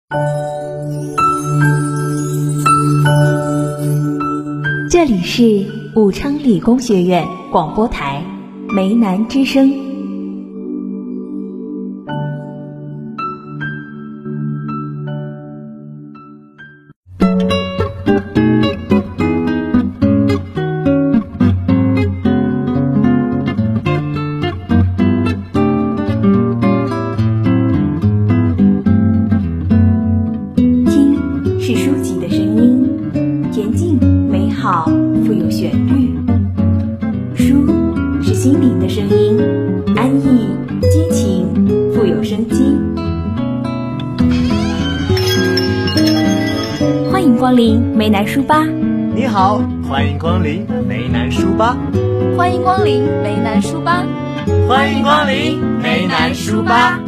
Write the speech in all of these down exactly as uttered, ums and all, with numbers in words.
这里是武昌理工学院广播台梅南之声。听是书籍的声音，恬静美好，富有旋律。书是心灵的声音，安逸激情，富有生机。欢迎光临梅南书吧。 你好，欢迎光临梅南书吧。 欢迎光临梅南书吧。 欢迎光临梅南书吧。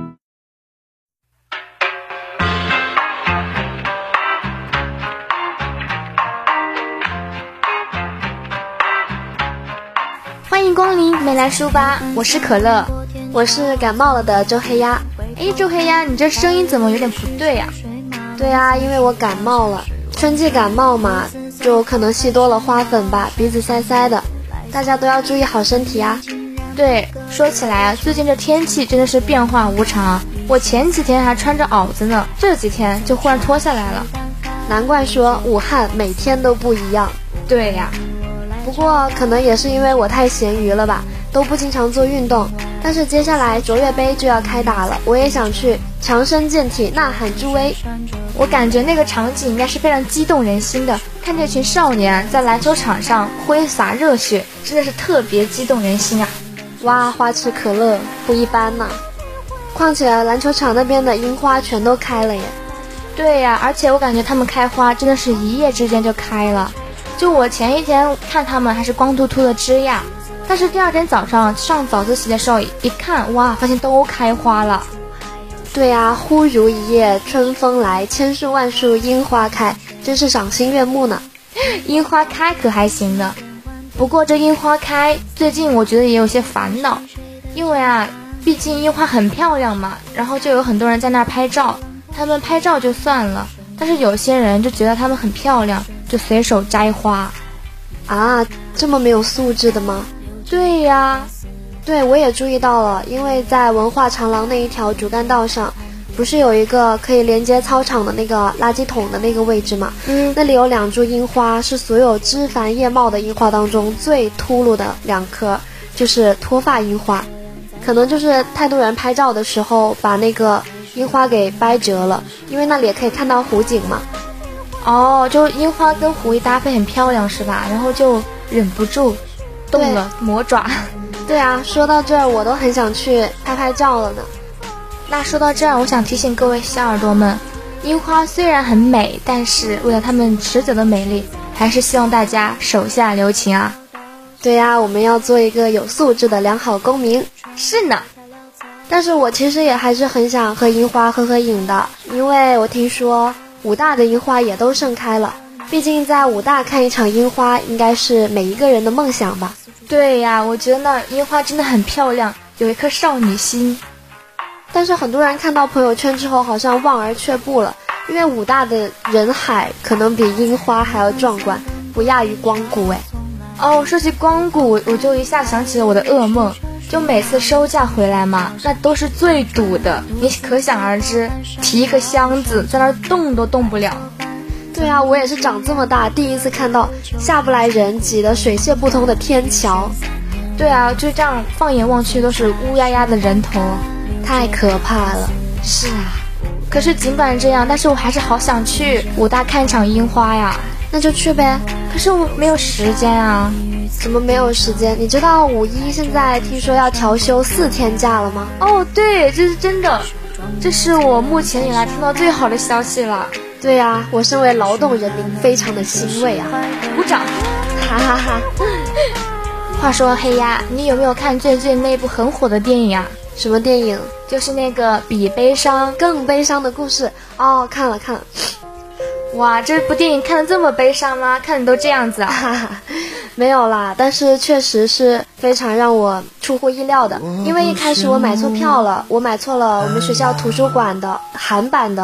欢迎光临梅兰书吧，我是可乐。 我是感冒了的周黑鸭。 哎，周黑鸭，你这声音怎么有点不对呀？ 对啊，因为我感冒了，春季感冒嘛，就可能吸多了花粉吧，鼻子塞塞的，大家都要注意好身体啊。 对，说起来啊，最近这天气真的是变化无常，我前几天还穿着袄子呢，这几天就忽然脱下来了。 难怪说武汉每天都不一样。 对呀， 不过可能也是因为我太闲鱼了吧，都不经常做运动。但是接下来卓越杯就要开打了，我也想去强身健体，呐喊助威。 我感觉那个场景应该是非常激动人心的，看这群少年在篮球场上挥洒热血，真的是特别激动人心啊！ 哇，花痴可乐不一般呢。况且篮球场那边的樱花全都开了耶。 对呀，而且我感觉他们开花真的是一夜之间就开了。就我前一天看他们还是光秃秃的枝桠，但是第二天早上上早自习的时候一看，哇，发现都开花了。 对啊，忽如一夜春风来，千树万树樱花开，真是赏心悦目呢。 樱花开可还行的，不过这樱花开最近我觉得也有些烦恼，因为啊，毕竟樱花很漂亮嘛，然后就有很多人在那儿拍照，他们拍照就算了，但是有些人就觉得他们很漂亮，就随手摘花。 啊，这么没有素质的吗？ 对呀， 对，我也注意到了，因为在文化长廊那一条主干道上，不是有一个可以连接操场的那个垃圾桶的那个位置吗？嗯，那里有两株樱花，是所有枝繁叶茂的樱花当中最秃噜的两棵，就是脱发樱花。可能就是太多人拍照的时候把那个樱花给掰折了，因为那里也可以看到湖景嘛。 哦，就樱花跟湖一搭配很漂亮是吧？然后就忍不住动了魔爪。 对啊，说到这儿我都很想去拍拍照了呢。 那说到这儿，我想提醒各位小耳朵们，樱花虽然很美，但是为了它们持久的美丽，还是希望大家手下留情啊。 对啊，我们要做一个有素质的良好公民。 是呢， 但是我其实也还是很想和樱花合合影的，因为我听说武大的樱花也都盛开了，毕竟在武大看一场樱花应该是每一个人的梦想吧。 对呀，我觉得那樱花真的很漂亮，有一颗少女心。 但是很多人看到朋友圈之后好像望而却步了，因为武大的人海可能比樱花还要壮观，不亚于光谷哎。 哦，说起光谷，我就一下想起了我的噩梦，就每次收假回来嘛，那都是最堵的，你可想而知，提一个箱子在那儿动都动不了。 对啊，我也是长这么大第一次看到下不来人挤得水泄不通的天桥。 对啊，就这样放眼望去都是乌压压的人头， 太可怕了。 是啊，可是尽管这样，但是我还是好想去武大看场樱花呀。 那就去呗。 可是我没有时间啊。 怎么没有时间？你知道五一现在听说要调休四天假了吗？ 哦，对，这是真的，这是我目前以来听到最好的消息了。 对啊，我身为劳动人民非常的欣慰啊。 鼓掌。 哈哈哈。 话说黑鸭，你有没有看最近那部很火的电影啊？ 什么电影？ 就是那个比悲伤更悲伤的故事。哦，看了看了。 哇，这部电影看得这么悲伤吗？看你都这样子啊。没有啦，但是确实是非常让我出乎意料的，因为一开始我买错票了，我买错了我们学校图书馆的韩版的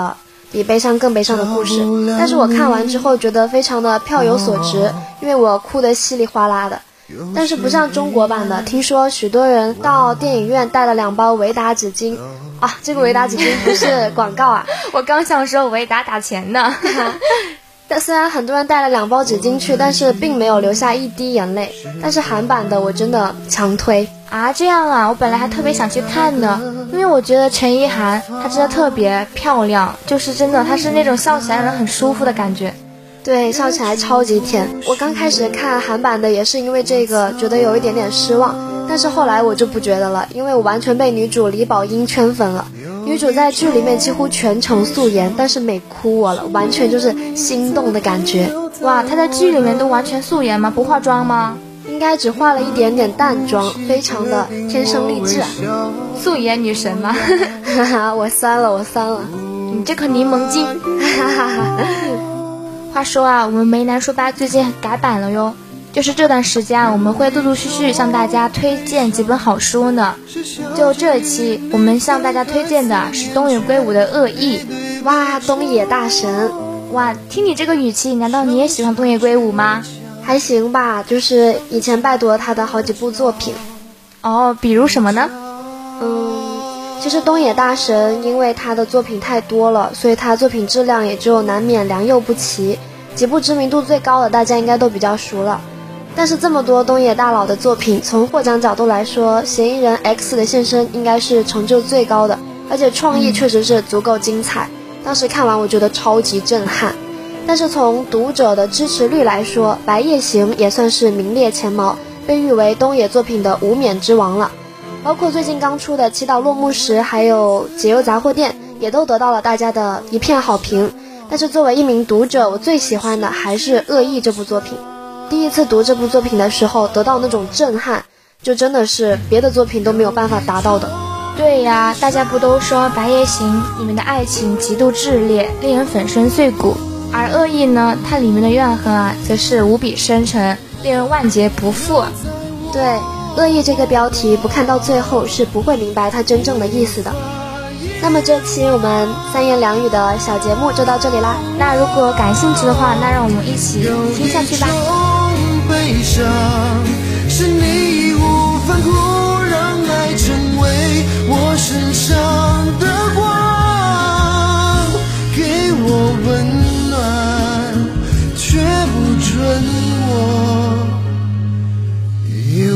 比悲伤更悲伤的故事，但是我看完之后觉得非常的票有所值，因为我哭得稀里哗啦的。但是不像中国版的，听说许多人到电影院带了两包维达纸巾啊，这个维达纸巾不是广告啊， 我刚想说维达打钱呢。 但虽然很多人带了两包纸巾去，但是并没有留下一滴眼泪。但是韩版的我真的强推啊！这样啊，我本来还特别想去看呢，因为我觉得陈意涵她真的特别漂亮，就是真的她是那种笑起来让人很舒服的感觉。 对，笑起来超级甜。我刚开始看韩版的也是因为这个觉得有一点点失望，但是后来我就不觉得了，因为我完全被女主李宝英圈粉了。女主在剧里面几乎全程素颜，但是美哭我了，完全就是心动的感觉。 哇，她在剧里面都完全素颜吗？不化妆吗？ 应该只化了一点点淡妆，非常的天生丽质啊。 素颜女神吗？ 哈哈，我酸了，我酸了。 你这颗柠檬精。哈哈哈。话说啊，我们梅南书吧最近改版了哟。就是这段时间啊，我们会陆陆续续向大家推荐几本好书呢。就这一期，我们向大家推荐的是东野圭吾的《恶意》。 哇，东野大神！ 哇，听你这个语气，难道你也喜欢东野圭吾吗？ 还行吧，就是以前拜读了他的好几部作品。 哦，比如什么呢？ 嗯，其实东野大神因为他的作品太多了，所以他作品质量也就难免良莠不齐。几部知名度最高的，大家应该都比较熟了。但是这么多东野大佬的作品，从获奖角度来说，嫌疑人 X 的现身应该是成就最高的，而且创意确实是足够精彩。当时看完我觉得超级震撼。但是从读者的支持率来说，《白夜行》也算是名列前茅，被誉为东野作品的无冕之王了。包括最近刚出的《祈祷落幕时》还有《解忧杂货店》，也都得到了大家的一片好评。但是作为一名读者，我最喜欢的还是《恶意》这部作品。第一次读这部作品的时候，得到那种震撼，就真的是别的作品都没有办法达到的。 对呀，大家不都说《白夜行》里面的爱情极度炽烈，令人粉身碎骨，而《恶意》呢，它里面的怨恨啊，则是无比深沉，令人万劫不复。 对，《恶意》这个标题不看到最后是不会明白它真正的意思的。那么这期我们三言两语的小节目就到这里啦。 那如果感兴趣的话，那让我们一起听下去吧。 悲伤是你义无反顾让爱成为我身上的光，给我温暖却不准我遗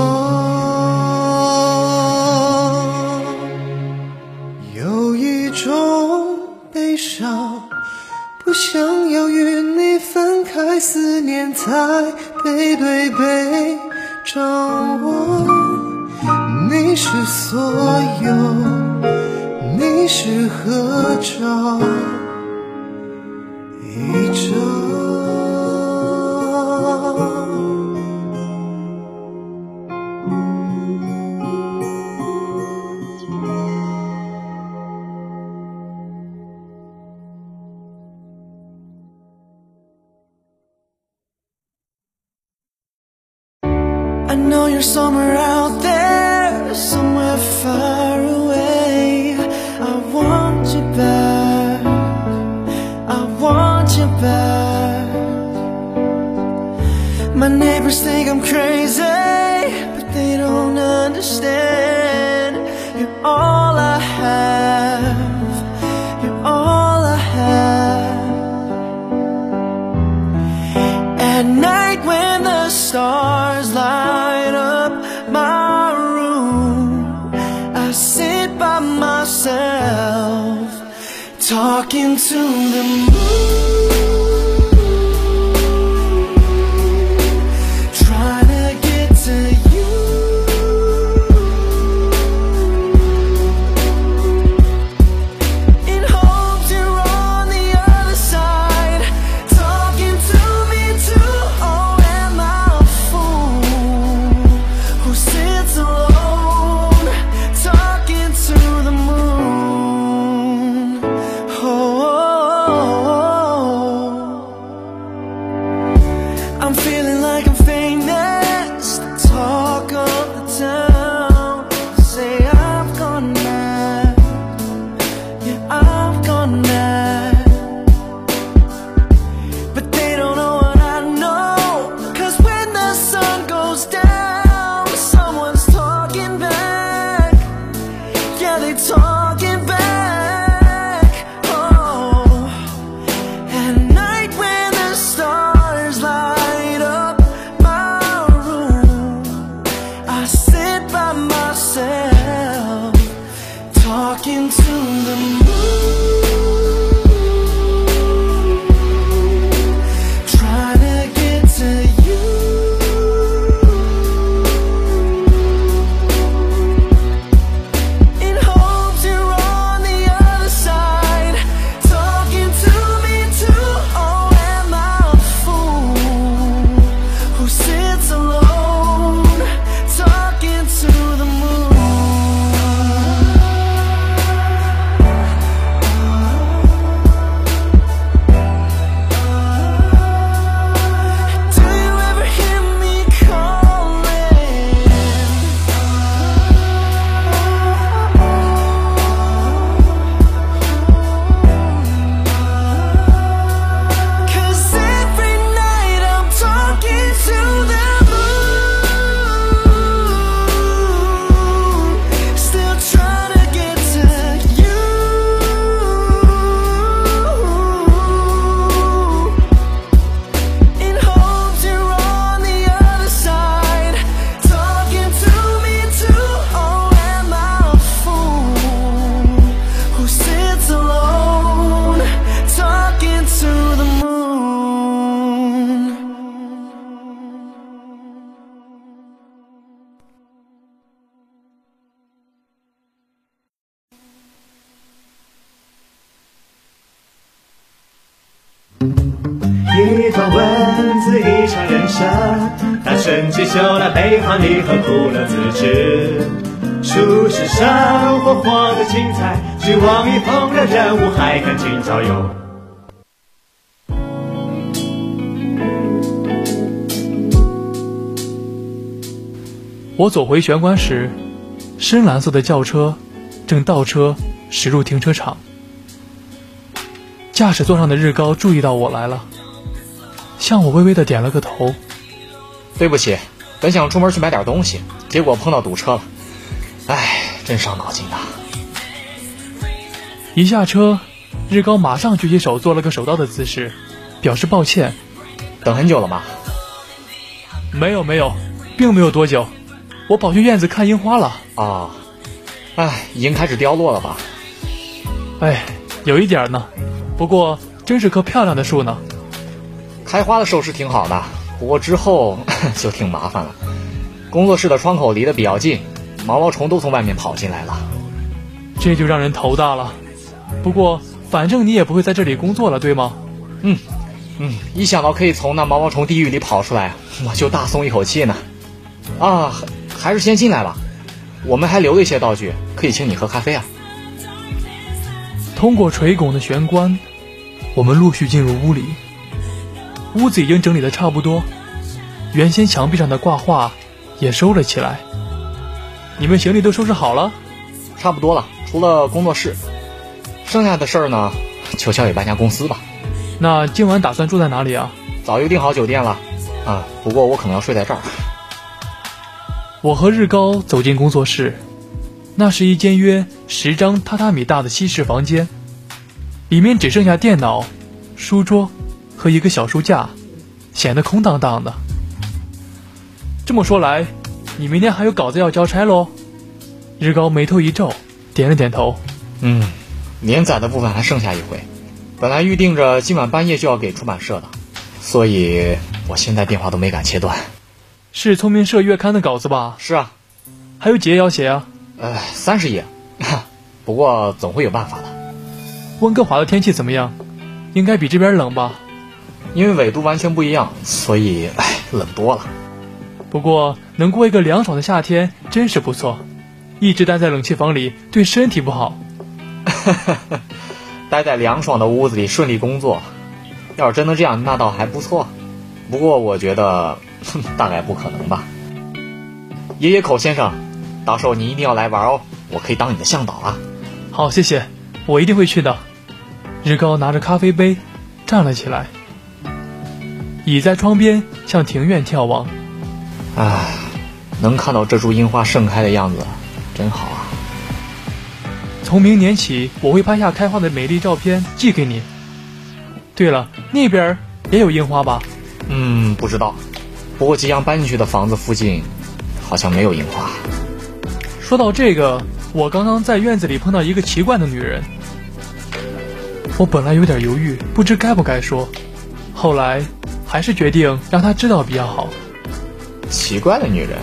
忘。有一种悲伤不想要与你分开，思念才背对背张望。你是所有，你是合照一张。I know you're somewhere out there, somewhere far away. I want you back, I want you back. My neighbors think I'm crazy, but they don't understand. You're all I have, you're all I have. At night when the stars light up my room, I sit by myself talking to the moon. Oh 方文字一场人生，他甚至修了悲欢离合，苦乐自知。处世生活活得精彩，只望与同人人物还看今朝有。 我走回玄关时，深蓝色的轿车正倒车驶入停车场。驾驶座上的日高注意到我来了，向我微微地点了个头。 对不起，本想出门去买点东西，结果碰到堵车了。唉，真伤脑筋啊。 一下车，日高马上举起手做了个手刀的姿势，表示抱歉。 等很久了吗？ 没有没有，并没有多久，我跑去院子看樱花了。 哦，唉，已经开始凋落了吧？ 唉，有一点呢，不过真是棵漂亮的树呢。 开花的时候是挺好的，不过之后就挺麻烦了。工作室的窗口离得比较近，毛毛虫都从外面跑进来了， 这就让人头大了。不过反正你也不会在这里工作了，对吗？ 嗯嗯，一想到可以从那毛毛虫地狱里跑出来，我就大松一口气呢。啊，还是先进来吧，我们还留了一些道具，可以请你喝咖啡啊。 通过垂拱的玄关，我们陆续进入屋里。屋子已经整理得差不多，原先墙壁上的挂画也收了起来。你们行李都收拾好了？ 差不多了，除了工作室，剩下的事儿呢，就交给搬家公司吧。 那今晚打算住在哪里啊？ 早就订好酒店了，啊，不过我可能要睡在这儿。 我和日高走进工作室，那是一间约十张榻榻米大的西式房间，里面只剩下电脑、书桌和一个小书架，显得空荡荡的。这么说来，你明天还有稿子要交差喽？日高眉头一皱，点了点头。 嗯，连载的部分还剩下一回，本来预定着今晚半夜就要给出版社的，所以我现在电话都没敢切断。 是聪明社月刊的稿子吧？ 是啊。 还有几页要写啊？ 呃，三十页，不过总会有办法的。 温哥华的天气怎么样？应该比这边冷吧？ 因为纬度完全不一样，所以唉，冷多了。 不过能过一个凉爽的夏天真是不错，一直待在冷气房里对身体不好。 待在凉爽的屋子里顺利工作，要是真的这样那倒还不错，不过我觉得大概不可能吧。野野口先生，到时候你一定要来玩哦，我可以当你的向导啊。 好，谢谢，我一定会去的。日高拿着咖啡杯站了起来，倚在窗边向庭院眺望。 唉，能看到这株樱花盛开的样子真好啊。 从明年起我会拍下开花的美丽照片寄给你。对了，那边也有樱花吧？ 嗯，不知道，不过即将搬进去的房子附近好像没有樱花。 说到这个，我刚刚在院子里碰到一个奇怪的女人。我本来有点犹豫，不知该不该说，后来还是决定让她知道比较好。 奇怪的女人？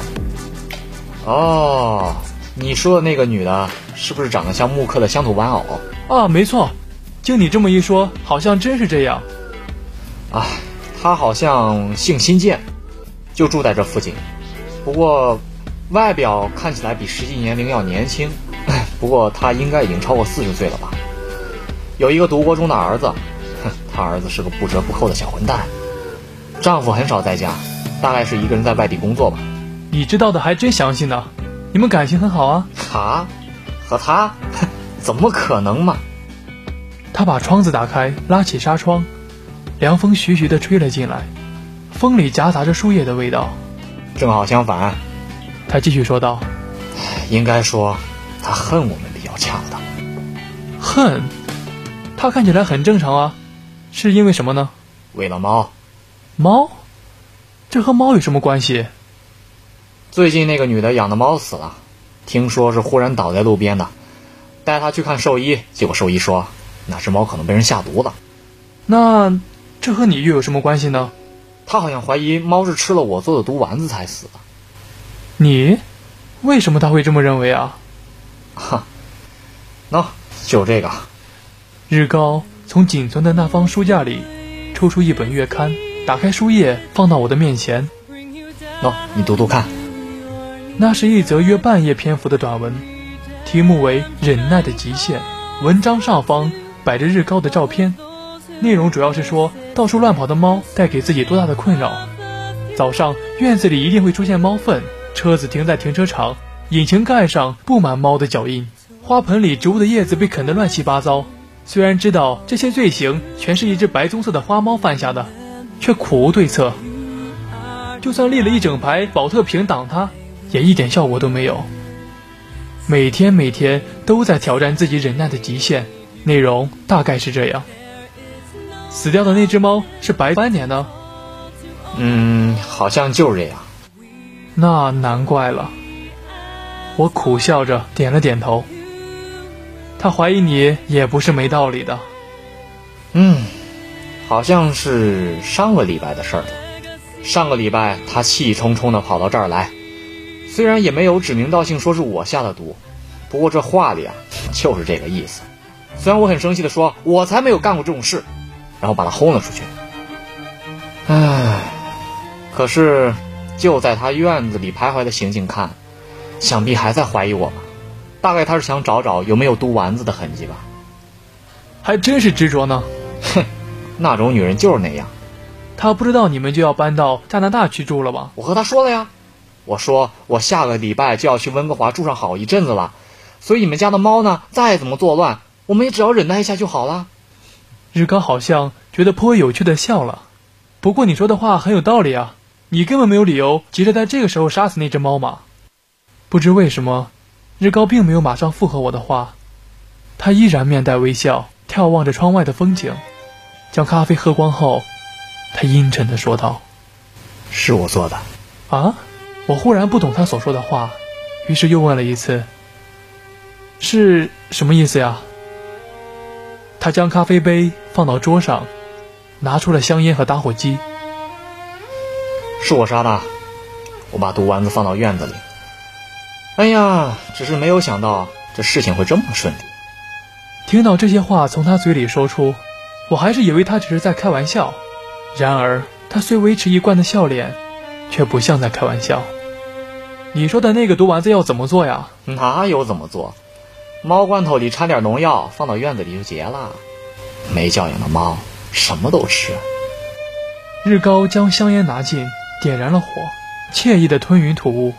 哦，你说的那个女的是不是长得像木刻的乡土玩偶？ 啊，没错，经你这么一说，好像真是这样。 啊，她好像姓新建，就住在这附近，不过外表看起来比实际年龄要年轻，不过她应该已经超过四十岁了吧。有一个读国中的儿子，哼，她儿子是个不折不扣的小混蛋，丈夫很少在家，大概是一个人在外地工作吧。 你知道的还真详细呢，你们感情很好啊？ 啊？和他？怎么可能嘛？ 他把窗子打开，拉起纱窗，凉风徐徐地吹了进来，风里夹杂着树叶的味道。 正好相反， 他继续说道， 应该说他恨我们比较恰当。 恨？他看起来很正常啊，是因为什么呢？ 为了猫。 猫？这和猫有什么关系？ 最近那个女的养的猫死了，听说是忽然倒在路边的，带她去看兽医，结果兽医说那只猫可能被人下毒了。 那这和你又有什么关系呢？ 他好像怀疑猫是吃了我做的毒丸子才死的。 你？为什么他会这么认为啊？ 哈，喏，就这个。 日高从仅存的那方书架里抽出一本月刊， 打开书页放到我的面前。 喏，你读读看。 那是一则约半页篇幅的短文，题目为《忍耐的极限》。文章上方摆着日高的照片，内容主要是说到处乱跑的猫带给自己多大的困扰。早上院子里一定会出现猫粪，车子停在停车场，引擎盖上布满猫的脚印，花盆里植物的叶子被啃得乱七八糟。虽然知道这些罪行全是一只白棕色的花猫犯下的，却苦无对策。就算立了一整排保特瓶挡它，也一点效果都没有。每天每天都在挑战自己忍耐的极限，内容大概是这样：死掉的那只猫是白斑点呢？ 嗯，好像就是这样。 那难怪了。我苦笑着点了点头。他怀疑你也不是没道理的。 嗯，好像是上个礼拜的事儿了。上个礼拜他气冲冲地跑到这儿来，虽然也没有指名道姓说是我下的毒，不过这话里啊就是这个意思。虽然我很生气地说我才没有干过这种事，然后把他轰了出去。唉，可是就在他院子里徘徊的行径看，想必还在怀疑我吧。大概他是想找找有没有毒丸子的痕迹吧。 还真是执着呢。 哼，那种女人就是那样。 他不知道你们就要搬到加拿大去住了吧？ 我和他说了呀，我说我下个礼拜就要去温哥华住上好一阵子了，所以你们家的猫呢再怎么作乱，我们也只要忍耐一下就好了。 日高好像觉得颇为有趣的笑了。不过你说的话很有道理啊，你根本没有理由急着在这个时候杀死那只猫嘛。不知为什么，日高并没有马上附和我的话，他依然面带微笑，眺望着窗外的风景。将咖啡喝光后，他阴沉地说道： 是我做的。 啊？我忽然不懂他所说的话，于是又问了一次：是什么意思呀？他将咖啡杯放到桌上，拿出了香烟和打火机。 是我杀的，我把毒丸子放到院子里。哎呀，只是没有想到这事情会这么顺利。 听到这些话从他嘴里说出，我还是以为他只是在开玩笑。然而他虽维持一贯的笑脸，却不像在开玩笑。你说的那个毒丸子要怎么做呀？ 哪有怎么做？猫罐头里掺点农药，放到院子里就结了。没教养的猫什么都吃。 日高将香烟拿近，点燃了火，惬意地吞云吐雾。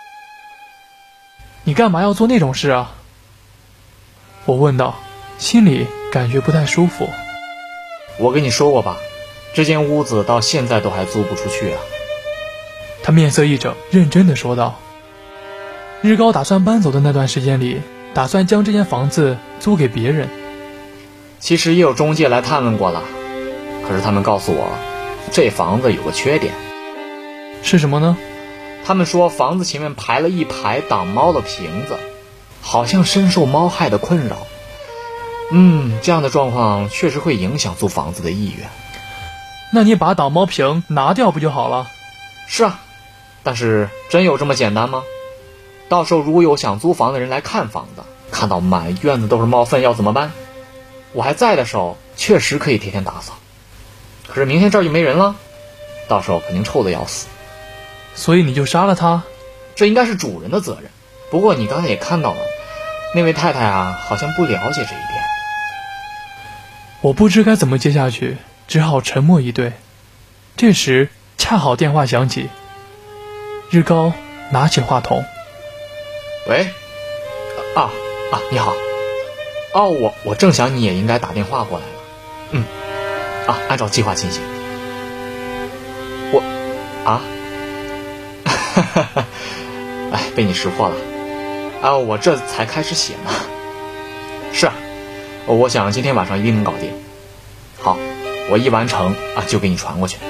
你干嘛要做那种事啊？我问道，心里感觉不太舒服。 我跟你说过吧，这间屋子到现在都还租不出去啊。 他面色一整，认真地说道：日高打算搬走的那段时间里，打算将这间房子租给别人。 其实也有中介来探问过了，可是他们告诉我，这房子有个缺点。 是什么呢？ 他们说房子前面排了一排挡猫的瓶子，好像深受猫害的困扰。嗯，这样的状况确实会影响租房子的意愿。 那你把挡猫瓶拿掉不就好了？ 是啊，但是真有这么简单吗？到时候如果有想租房的人来看房子，看到满院子都是猫粪要怎么办？我还在的时候确实可以天天打扫，可是明天这儿就没人了，到时候肯定臭得要死。 所以你就杀了他？ 这应该是主人的责任。不过你刚才也看到了，那位太太啊好像不了解这一点。 我不知该怎么接下去，只好沉默以对。这时恰好电话响起，日高拿起话筒。 喂，啊啊，你好。哦，我我正想你也应该打电话过来了。嗯，啊，按照计划进行。我，啊，哈哈哈，哎，被你识破了。啊，我这才开始写呢。是啊，我想今天晚上一定能搞定。好，我一完成啊就给你传过去。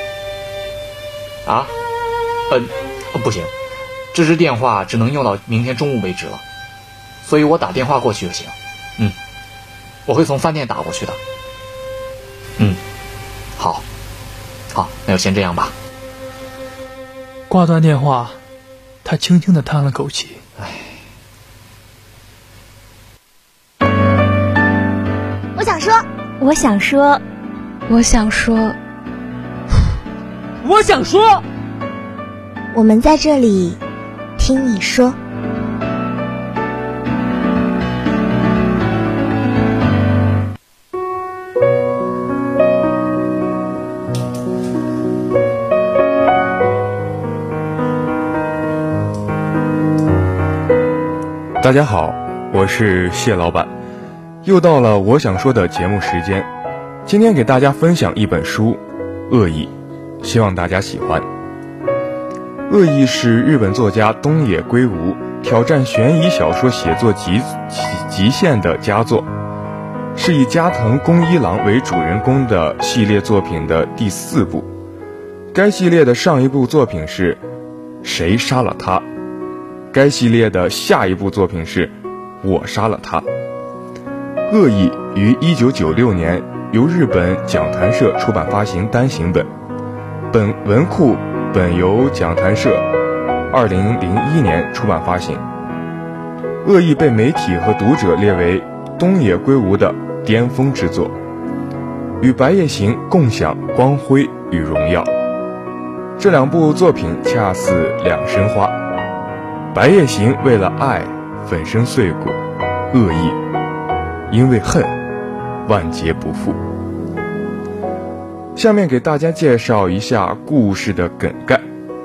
啊，嗯、呃，不行，这支电话只能用到明天中午为止了，所以我打电话过去就行。嗯，我会从饭店打过去的。嗯，好，好，那就先这样吧。 挂断电话，他轻轻地叹了口气。 唉， 我想说，我想说， 我想说， 我想说， 我们在这里听你说。 大家好，我是谢老板，又到了我想说的节目时间。今天给大家分享一本书《恶意》，希望大家喜欢。《恶意》是日本作家东野圭吾挑战悬疑小说写作极极限的佳作，是以加藤恭一郎为主人公的系列作品的第四部。该系列的上一部作品是《谁杀了他》，该系列的下一部作品是《我杀了他》。《恶意》于一九九六年由日本讲谈社出版发行单行本，本文库本由讲谈社二零零一年出版发行。《恶意》被媒体和读者列为东野圭吾的巅峰之作，与《白夜行》共享光辉与荣耀。这两部作品恰似两生花，白夜行为了爱粉身碎骨，恶意因为恨万劫不复。下面给大家介绍一下故事的梗概。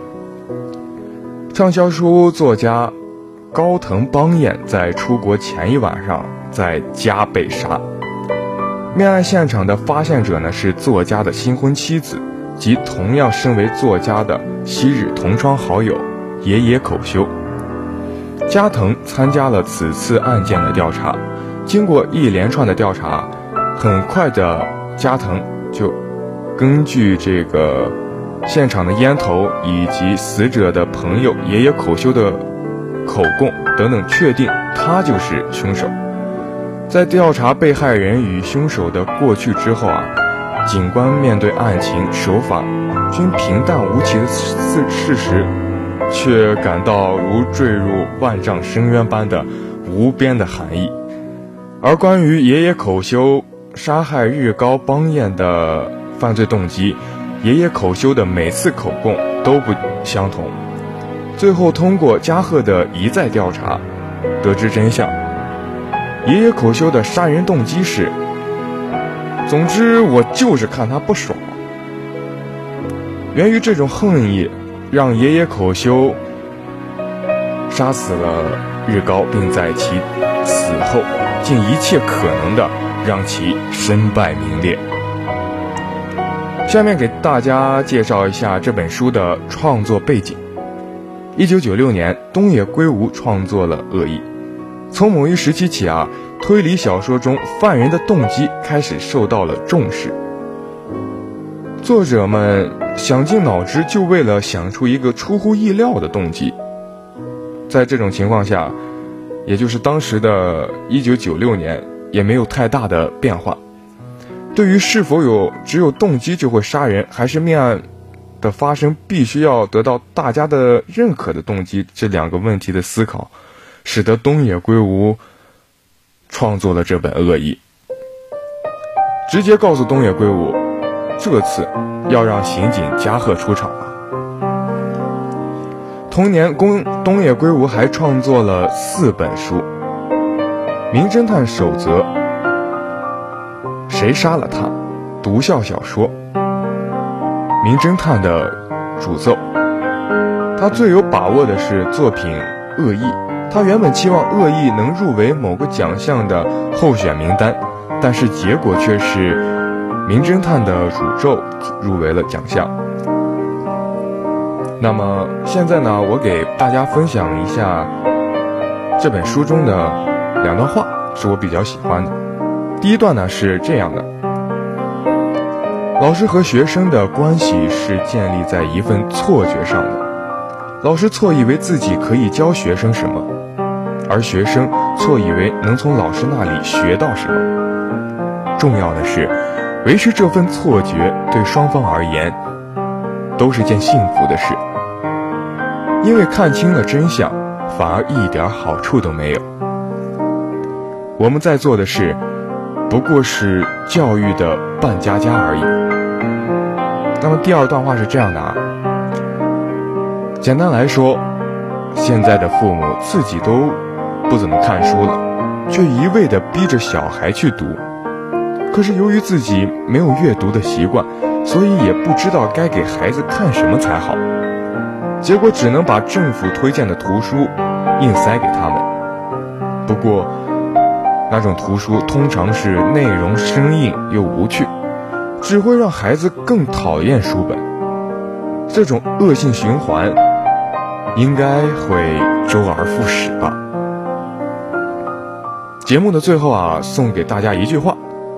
畅销书作家高藤邦彦在出国前一晚上在家被杀，命案现场的发现者呢是作家的新婚妻子及同样身为作家的昔日同窗好友野野口修。加藤参加了此次案件的调查，经过一连串的调查，很快的加藤就根据这个现场的烟头以及死者的朋友野野口修的口供等等，确定他就是凶手。在调查被害人与凶手的过去之后啊，警官面对案情手法均平淡无奇的事实，却感到如坠入万丈深渊般的无边的寒意。而关于野野口修杀害日高邦彦的犯罪动机，野野口修的每次口供都不相同。最后通过加贺的一再调查得知真相，野野口修的杀人动机是，总之我就是看他不爽。源于这种恨意，让野野口修杀死了日高，并在其死后尽一切可能的让其身败名裂。下面给大家介绍一下这本书的创作背景。一九九六年，东野圭吾创作了《恶意》。从某一时期起啊，推理小说中犯人的动机开始受到了重视。作者们想尽脑汁，就为了想出一个出乎意料的动机。在这种情况下，也就是当时的一九九六年，也没有太大的变化。对于是否有只有动机就会杀人，还是命案的发生必须要得到大家的认可的动机，这两个问题的思考，使得东野圭吾创作了这本《恶意》，直接告诉东野圭吾，这次要让刑警加贺出场了。同年，东野圭吾还创作了四本书：《名侦探守则》、《谁杀了他》、读笑小说、《名侦探的诅咒》。他最有把握的是作品《恶意》，他原本期望《恶意》能入围某个奖项的候选名单，但是结果却是《名侦探的诅咒》入围了奖项。那么现在呢，我给大家分享一下这本书中的两段话，是我比较喜欢的。第一段呢是这样的：老师和学生的关系是建立在一份错觉上的，老师错以为自己可以教学生什么，而学生错以为能从老师那里学到什么。重要的是，维持这份错觉对双方而言都是件幸福的事，因为看清了真相，反而一点好处都没有。我们在做的事不过是教育的扮家家而已。 那么第二段话是这样的啊，简单来说，现在的父母自己都不怎么看书了，却一味地逼着小孩去读。可是由于自己没有阅读的习惯，所以也不知道该给孩子看什么才好，结果只能把政府推荐的图书硬塞给他们。不过那种图书通常是内容生硬又无趣，只会让孩子更讨厌书本。这种恶性循环应该会周而复始吧。节目的最后啊，送给大家一句话：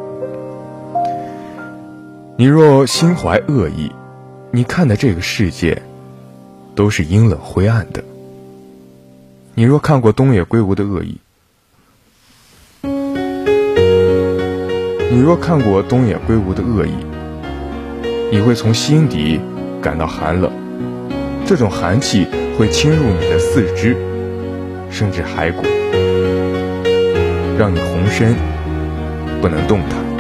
你若心怀恶意，你看的这个世界都是阴冷灰暗的。你若看过东野圭吾的恶意，你若看过东野圭吾的恶意，你会从心底感到寒冷，这种寒气会侵入你的四肢，甚至骸骨，让你浑身不能动弹。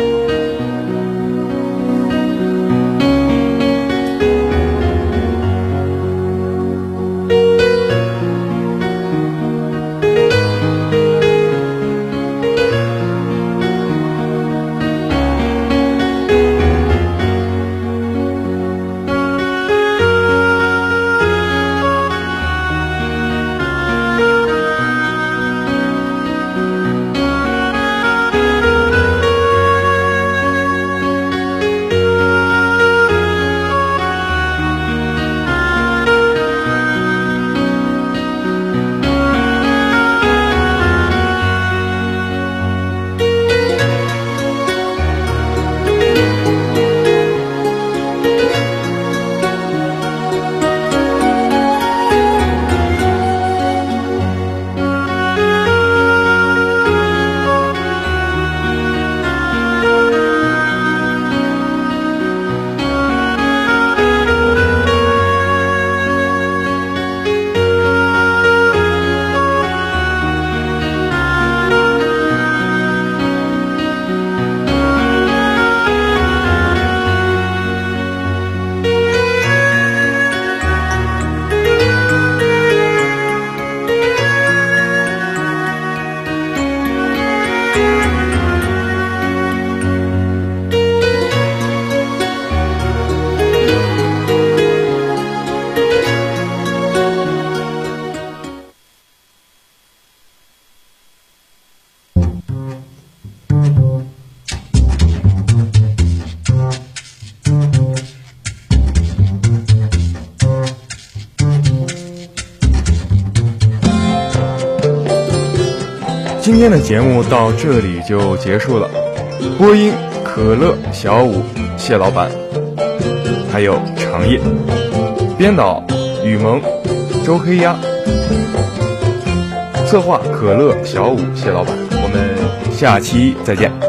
今天的节目到这里就结束了。播音可乐、小五、谢老板，还有长夜。编导雨萌、周黑鸭。策划可乐、小五、谢老板。我们下期再见。